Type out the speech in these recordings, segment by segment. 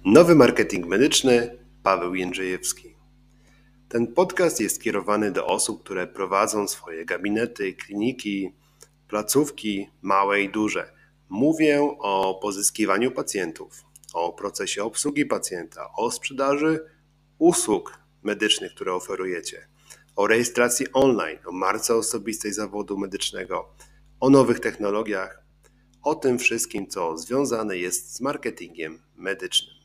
Nowy marketing medyczny, Paweł Jędrzejewski. Ten podcast jest skierowany do osób, które prowadzą swoje gabinety, kliniki, placówki, małe i duże. Mówię o pozyskiwaniu pacjentów, o procesie obsługi pacjenta, o sprzedaży usług medycznych, które oferujecie, o rejestracji online, o marce osobistej zawodu medycznego, o nowych technologiach, o tym wszystkim, co związane jest z marketingiem medycznym.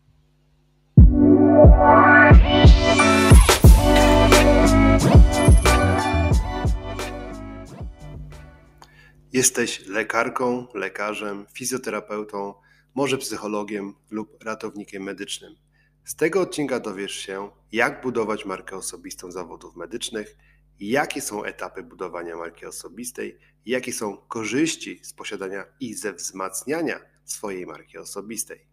Jesteś lekarką, lekarzem, fizjoterapeutą, może psychologiem lub ratownikiem medycznym. Z tego odcinka dowiesz się, jak budować markę osobistą zawodów medycznych, jakie są etapy budowania marki osobistej, jakie są korzyści z posiadania i ze wzmacniania swojej marki osobistej.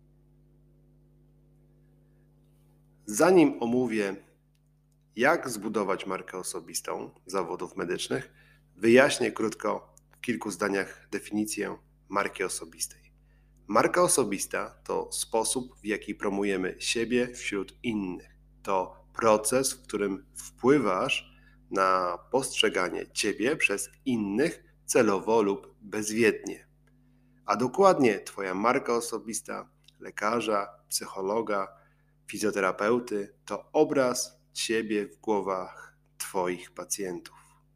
Zanim omówię, jak zbudować markę osobistą zawodów medycznych, wyjaśnię krótko w kilku zdaniach definicję marki osobistej. Marka osobista to sposób, w jaki promujemy siebie wśród innych. To proces, w którym wpływasz na postrzeganie ciebie przez innych celowo lub bezwiednie. A dokładnie twoja marka osobista, lekarza, psychologa, fizjoterapeuty to obraz ciebie w głowach twoich pacjentów.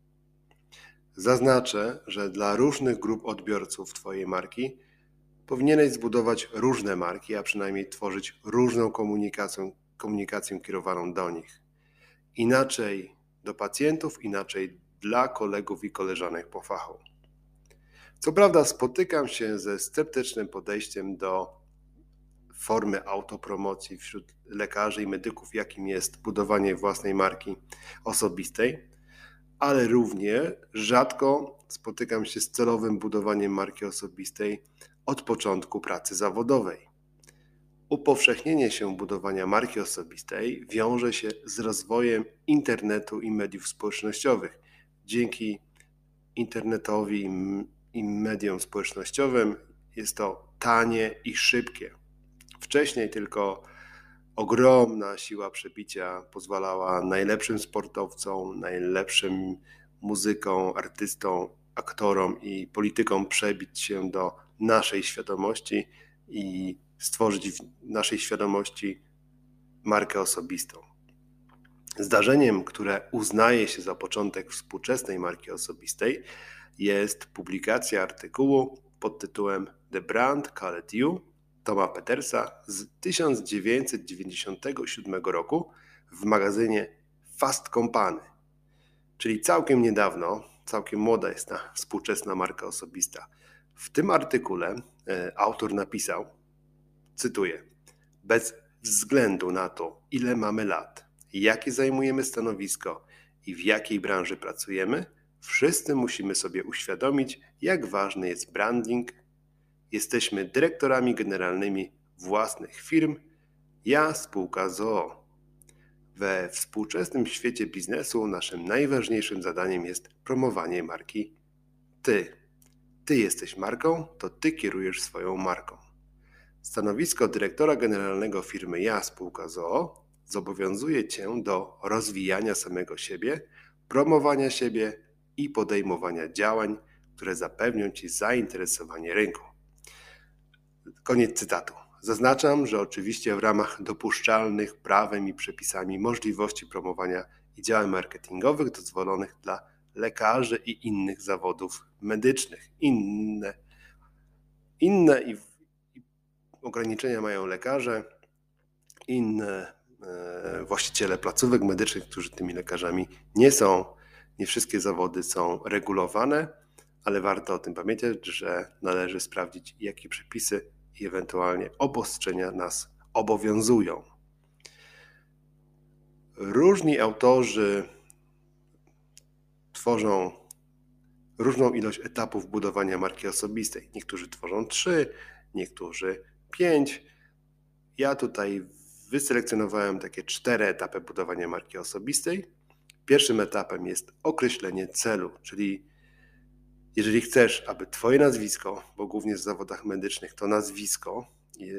Zaznaczę, że dla różnych grup odbiorców twojej marki powinieneś zbudować różne marki, a przynajmniej tworzyć różną komunikację kierowaną do nich. Inaczej do pacjentów, inaczej dla kolegów i koleżanek po fachu. Co prawda spotykam się ze sceptycznym podejściem do formy autopromocji wśród lekarzy i medyków, jakim jest budowanie własnej marki osobistej, ale równie rzadko spotykam się z celowym budowaniem marki osobistej od początku pracy zawodowej. Upowszechnienie się budowania marki osobistej wiąże się z rozwojem internetu i mediów społecznościowych. Dzięki internetowi i mediom społecznościowym jest to tanie i szybkie. Wcześniej tylko ogromna siła przebicia pozwalała najlepszym sportowcom, najlepszym muzykom, artystom, aktorom i politykom przebić się do naszej świadomości i stworzyć w naszej świadomości markę osobistą. Zdarzeniem, które uznaje się za początek współczesnej marki osobistej, jest publikacja artykułu pod tytułem The Brand Called You Toma Petersa z 1997 roku w magazynie Fast Company. Czyli całkiem niedawno, całkiem młoda jest ta współczesna marka osobista. W tym artykule autor napisał, cytuję: bez względu na to, ile mamy lat, jakie zajmujemy stanowisko i w jakiej branży pracujemy, wszyscy musimy sobie uświadomić, jak ważny jest branding. Jesteśmy dyrektorami generalnymi własnych firm. Ja spółka z o.o. We współczesnym świecie biznesu naszym najważniejszym zadaniem jest promowanie marki ty. Ty jesteś marką, to ty kierujesz swoją marką. Stanowisko dyrektora generalnego firmy Ja spółka z o.o. zobowiązuje cię do rozwijania samego siebie, promowania siebie i podejmowania działań, które zapewnią ci zainteresowanie rynku. Koniec cytatu. Zaznaczam, że oczywiście w ramach dopuszczalnych prawem i przepisami możliwości promowania i działań marketingowych dozwolonych dla lekarzy i innych zawodów medycznych. Inne ograniczenia mają lekarze, inne właściciele placówek medycznych, którzy tymi lekarzami nie są. Nie wszystkie zawody są regulowane, ale warto o tym pamiętać, że należy sprawdzić, jakie przepisy i ewentualnie obostrzenia nas obowiązują. Różni autorzy tworzą różną ilość etapów budowania marki osobistej. Niektórzy tworzą 3, niektórzy 5. Ja tutaj wyselekcjonowałem takie 4 etapy budowania marki osobistej. Pierwszym etapem jest określenie celu, czyli jeżeli chcesz, aby twoje nazwisko, bo głównie w zawodach medycznych to nazwisko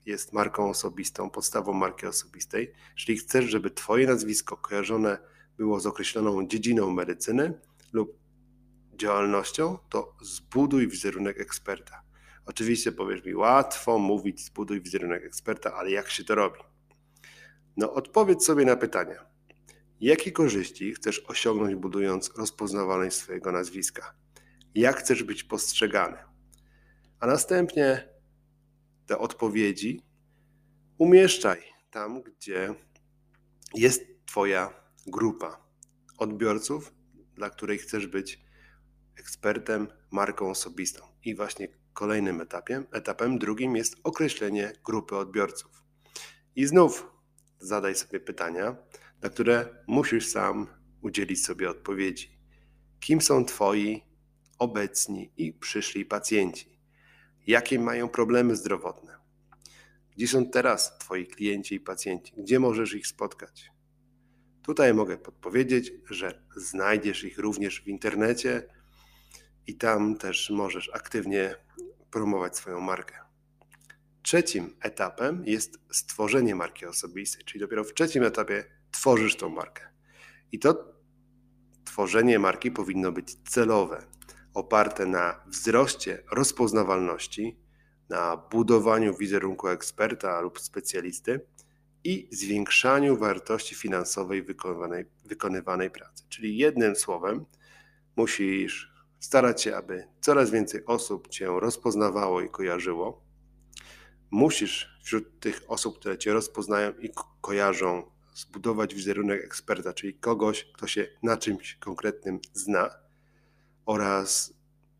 jest marką osobistą, podstawą marki osobistej, czyli chcesz, żeby Twoje nazwisko kojarzone było z określoną dziedziną medycyny lub działalnością, to zbuduj wizerunek eksperta. Oczywiście powiesz mi, łatwo mówić, zbuduj wizerunek eksperta, ale jak się to robi? No odpowiedz sobie na pytania. Jakie korzyści chcesz osiągnąć, budując rozpoznawalność swojego nazwiska? Jak chcesz być postrzegany? A następnie te odpowiedzi umieszczaj tam, gdzie jest Twoja grupa odbiorców, dla której chcesz być ekspertem, marką osobistą. I właśnie kolejnym etapem drugim jest określenie grupy odbiorców. I znów zadaj sobie pytania, na które musisz sam udzielić sobie odpowiedzi. Kim są Twoi obecni i przyszli pacjenci? Jakie mają problemy zdrowotne? Gdzie są teraz Twoi klienci i pacjenci? Gdzie możesz ich spotkać? Tutaj mogę podpowiedzieć, że znajdziesz ich również w internecie i tam też możesz aktywnie promować swoją markę. Trzecim etapem jest stworzenie marki osobistej, czyli dopiero w trzecim etapie tworzysz tą markę. I to tworzenie marki powinno być celowe, oparte na wzroście rozpoznawalności, na budowaniu wizerunku eksperta lub specjalisty i zwiększaniu wartości finansowej wykonywanej pracy. Czyli jednym słowem musisz starać się, aby coraz więcej osób Cię rozpoznawało i kojarzyło. Musisz wśród tych osób, które Cię rozpoznają i kojarzą, zbudować wizerunek eksperta, czyli kogoś, kto się na czymś konkretnym zna, oraz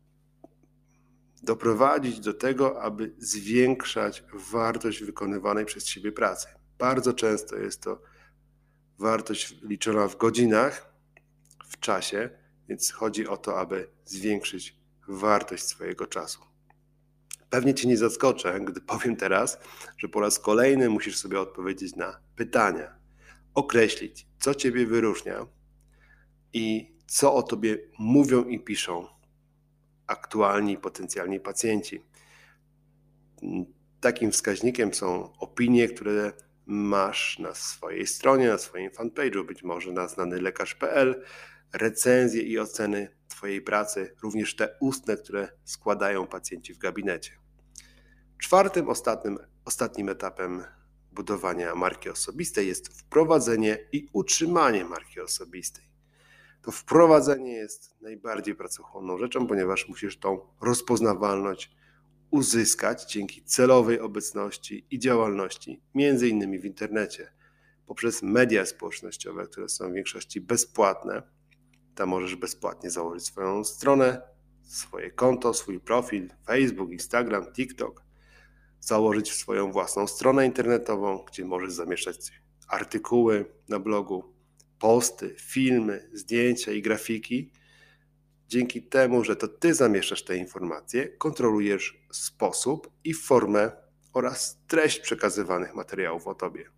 doprowadzić do tego, aby zwiększać wartość wykonywanej przez Ciebie pracy. Bardzo często jest to wartość liczona w godzinach, w czasie, więc chodzi o to, aby zwiększyć wartość swojego czasu. Pewnie Cię nie zaskoczę, gdy powiem teraz, że po raz kolejny musisz sobie odpowiedzieć na pytania, określić, co Ciebie wyróżnia i co o Tobie mówią i piszą aktualni i potencjalni pacjenci. Takim wskaźnikiem są opinie, które masz na swojej stronie, na swoim fanpage'u, być może na znanylekarz.pl, recenzje i oceny Twojej pracy, również te ustne, które składają pacjenci w gabinecie. Czwartym, ostatnim etapem budowania marki osobistej jest wprowadzenie i utrzymanie marki osobistej. To wprowadzenie jest najbardziej pracochłonną rzeczą, ponieważ musisz tą rozpoznawalność uzyskać dzięki celowej obecności i działalności, między innymi w internecie, poprzez media społecznościowe, które są w większości bezpłatne. Tam możesz bezpłatnie założyć swoją stronę, swoje konto, swój profil, Facebook, Instagram, TikTok, założyć swoją własną stronę internetową, gdzie możesz zamieszczać artykuły na blogu, posty, filmy, zdjęcia i grafiki. Dzięki temu, że to Ty zamieszczasz te informacje, kontrolujesz sposób i formę oraz treść przekazywanych materiałów o Tobie.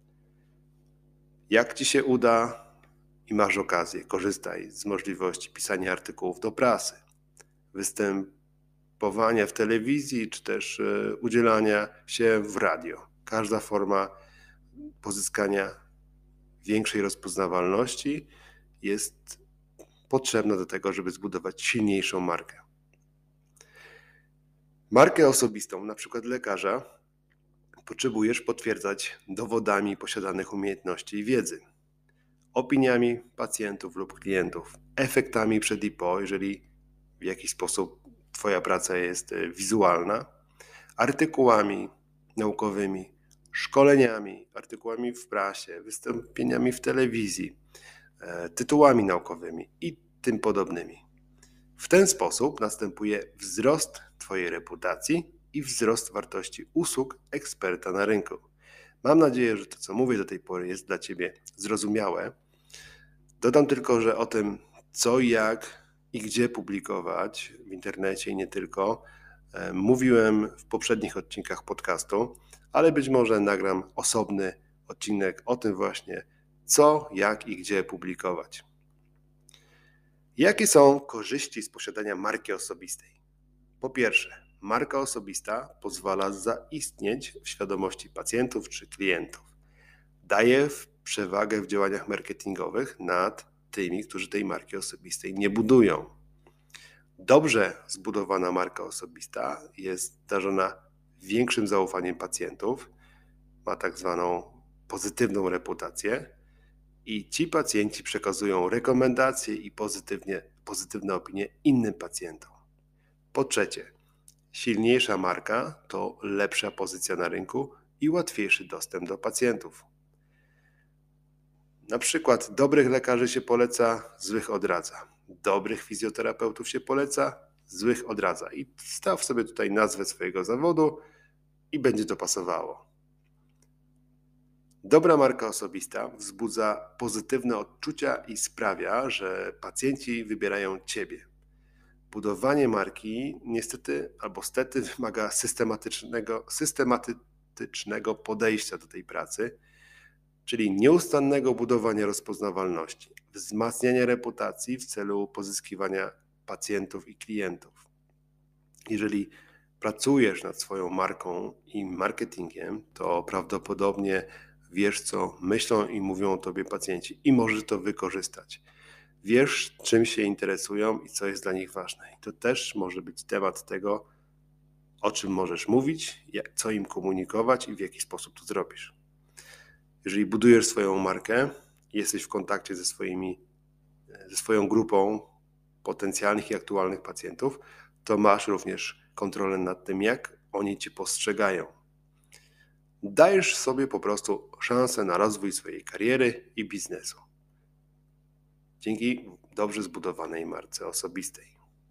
Jak Ci się uda i masz okazję, korzystaj z możliwości pisania artykułów do prasy, występowania w telewizji, czy też udzielania się w radio. Każda forma pozyskania większej rozpoznawalności jest potrzebna do tego, żeby zbudować silniejszą markę. Markę osobistą, na przykład lekarza, potrzebujesz potwierdzać dowodami posiadanych umiejętności i wiedzy, opiniami pacjentów lub klientów, efektami przed i po, jeżeli w jakiś sposób Twoja praca jest wizualna, artykułami naukowymi, szkoleniami, artykułami w prasie, wystąpieniami w telewizji, tytułami naukowymi i tym podobnymi. W ten sposób następuje wzrost Twojej reputacji i wzrost wartości usług eksperta na rynku. Mam nadzieję, że to, co mówię do tej pory, jest dla Ciebie zrozumiałe. Dodam tylko, że o tym, co, jak i gdzie publikować w internecie i nie tylko, mówiłem w poprzednich odcinkach podcastu, ale być może nagram osobny odcinek o tym właśnie, co, jak i gdzie publikować. Jakie są korzyści z posiadania marki osobistej? Po pierwsze, marka osobista pozwala zaistnieć w świadomości pacjentów czy klientów. Daje przewagę w działaniach marketingowych nad tymi, którzy tej marki osobistej nie budują. Dobrze zbudowana marka osobista jest darzona większym zaufaniem pacjentów, ma tak zwaną pozytywną reputację i ci pacjenci przekazują rekomendacje i pozytywne opinie innym pacjentom. Po trzecie, silniejsza marka to lepsza pozycja na rynku i łatwiejszy dostęp do pacjentów. Na przykład dobrych lekarzy się poleca, złych odradza. Dobrych fizjoterapeutów się poleca, złych odradza. I wstaw sobie tutaj nazwę swojego zawodu i będzie to pasowało. Dobra marka osobista wzbudza pozytywne odczucia i sprawia, że pacjenci wybierają Ciebie. Budowanie marki niestety albo stety wymaga systematycznego podejścia do tej pracy, czyli nieustannego budowania rozpoznawalności, wzmacniania reputacji w celu pozyskiwania pacjentów i klientów. Jeżeli pracujesz nad swoją marką i marketingiem, to prawdopodobnie wiesz, co myślą i mówią o Tobie pacjenci i możesz to wykorzystać. Wiesz, czym się interesują i co jest dla nich ważne. I to też może być temat tego, o czym możesz mówić, co im komunikować i w jaki sposób to zrobisz. Jeżeli budujesz swoją markę, jesteś w kontakcie ze swoją grupą potencjalnych i aktualnych pacjentów, to masz również kontrolę nad tym, jak oni Cię postrzegają. Dajesz sobie po prostu szansę na rozwój swojej kariery i biznesu. Dzięki dobrze zbudowanej marce osobistej.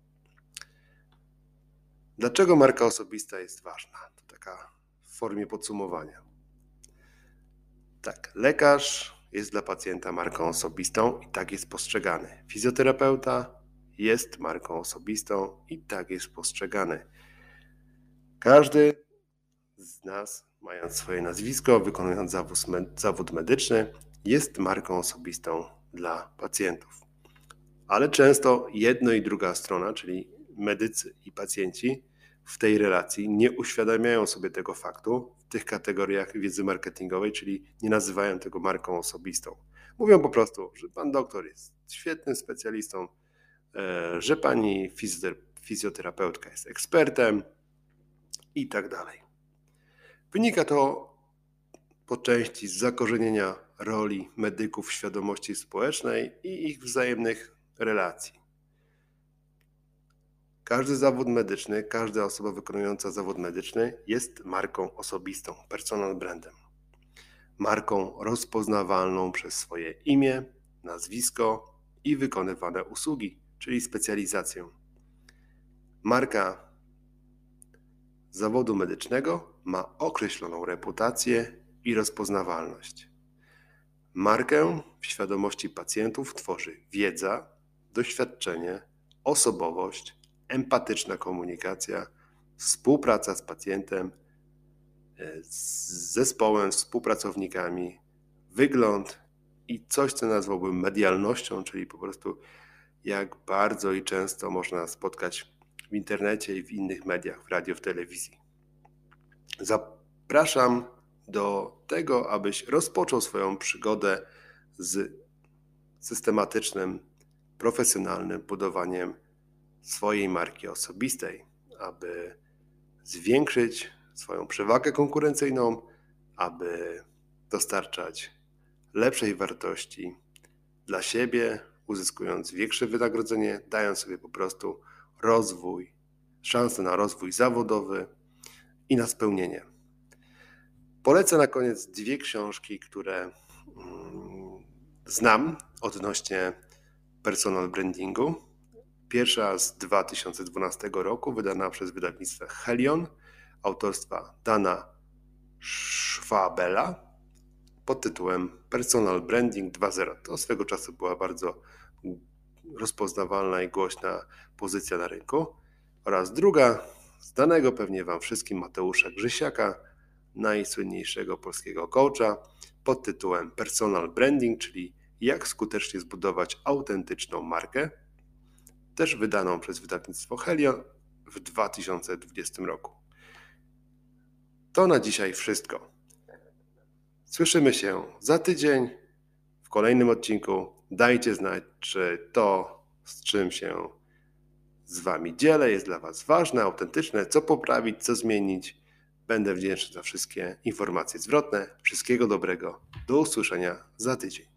Dlaczego marka osobista jest ważna? To taka w formie podsumowania. Tak, lekarz jest dla pacjenta marką osobistą i tak jest postrzegany. Fizjoterapeuta jest marką osobistą i tak jest postrzegany. Każdy z nas, mając swoje nazwisko, wykonując zawód medyczny, jest marką osobistą dla pacjentów. Ale często jedna i druga strona, czyli medycy i pacjenci, w tej relacji nie uświadamiają sobie tego faktu w tych kategoriach wiedzy marketingowej, czyli nie nazywają tego marką osobistą. Mówią po prostu, że pan doktor jest świetnym specjalistą, że pani fizjoterapeutka jest ekspertem i tak dalej. Wynika to po części z zakorzenienia roli medyków w świadomości społecznej i ich wzajemnych relacji. Każdy zawód medyczny, każda osoba wykonująca zawód medyczny jest marką osobistą, personal brandem. Marką rozpoznawalną przez swoje imię, nazwisko i wykonywane usługi, czyli specjalizację. Marka zawodu medycznego ma określoną reputację i rozpoznawalność. Markę w świadomości pacjentów tworzy wiedza, doświadczenie, osobowość, empatyczna komunikacja, współpraca z pacjentem, z zespołem, z współpracownikami, wygląd i coś, co nazwałbym medialnością, czyli po prostu jak bardzo i często można spotkać w internecie i w innych mediach, w radio, w telewizji. Zapraszam do tego, abyś rozpoczął swoją przygodę z systematycznym, profesjonalnym budowaniem swojej marki osobistej, aby zwiększyć swoją przewagę konkurencyjną, aby dostarczać lepszej wartości dla siebie, uzyskując większe wynagrodzenie, dając sobie po prostu rozwój, szansę na rozwój zawodowy i na spełnienie. Polecę na koniec 2 książki, które znam odnośnie personal brandingu. Pierwsza z 2012 roku, wydana przez wydawnictwo Helion, autorstwa Dana Schwabela, pod tytułem Personal Branding 2.0. To swego czasu była bardzo rozpoznawalna i głośna pozycja na rynku. Oraz druga, znanego pewnie Wam wszystkim Mateusza Grzysiaka, najsłynniejszego polskiego coacha, pod tytułem Personal Branding, czyli jak skutecznie zbudować autentyczną markę, też wydaną przez wydawnictwo Helion w 2020 roku. To na dzisiaj wszystko. Słyszymy się za tydzień w kolejnym odcinku. Dajcie znać, czy to, z czym się z Wami dzielę, jest dla Was ważne, autentyczne, co poprawić, co zmienić. Będę wdzięczny za wszystkie informacje zwrotne. Wszystkiego dobrego. Do usłyszenia za tydzień.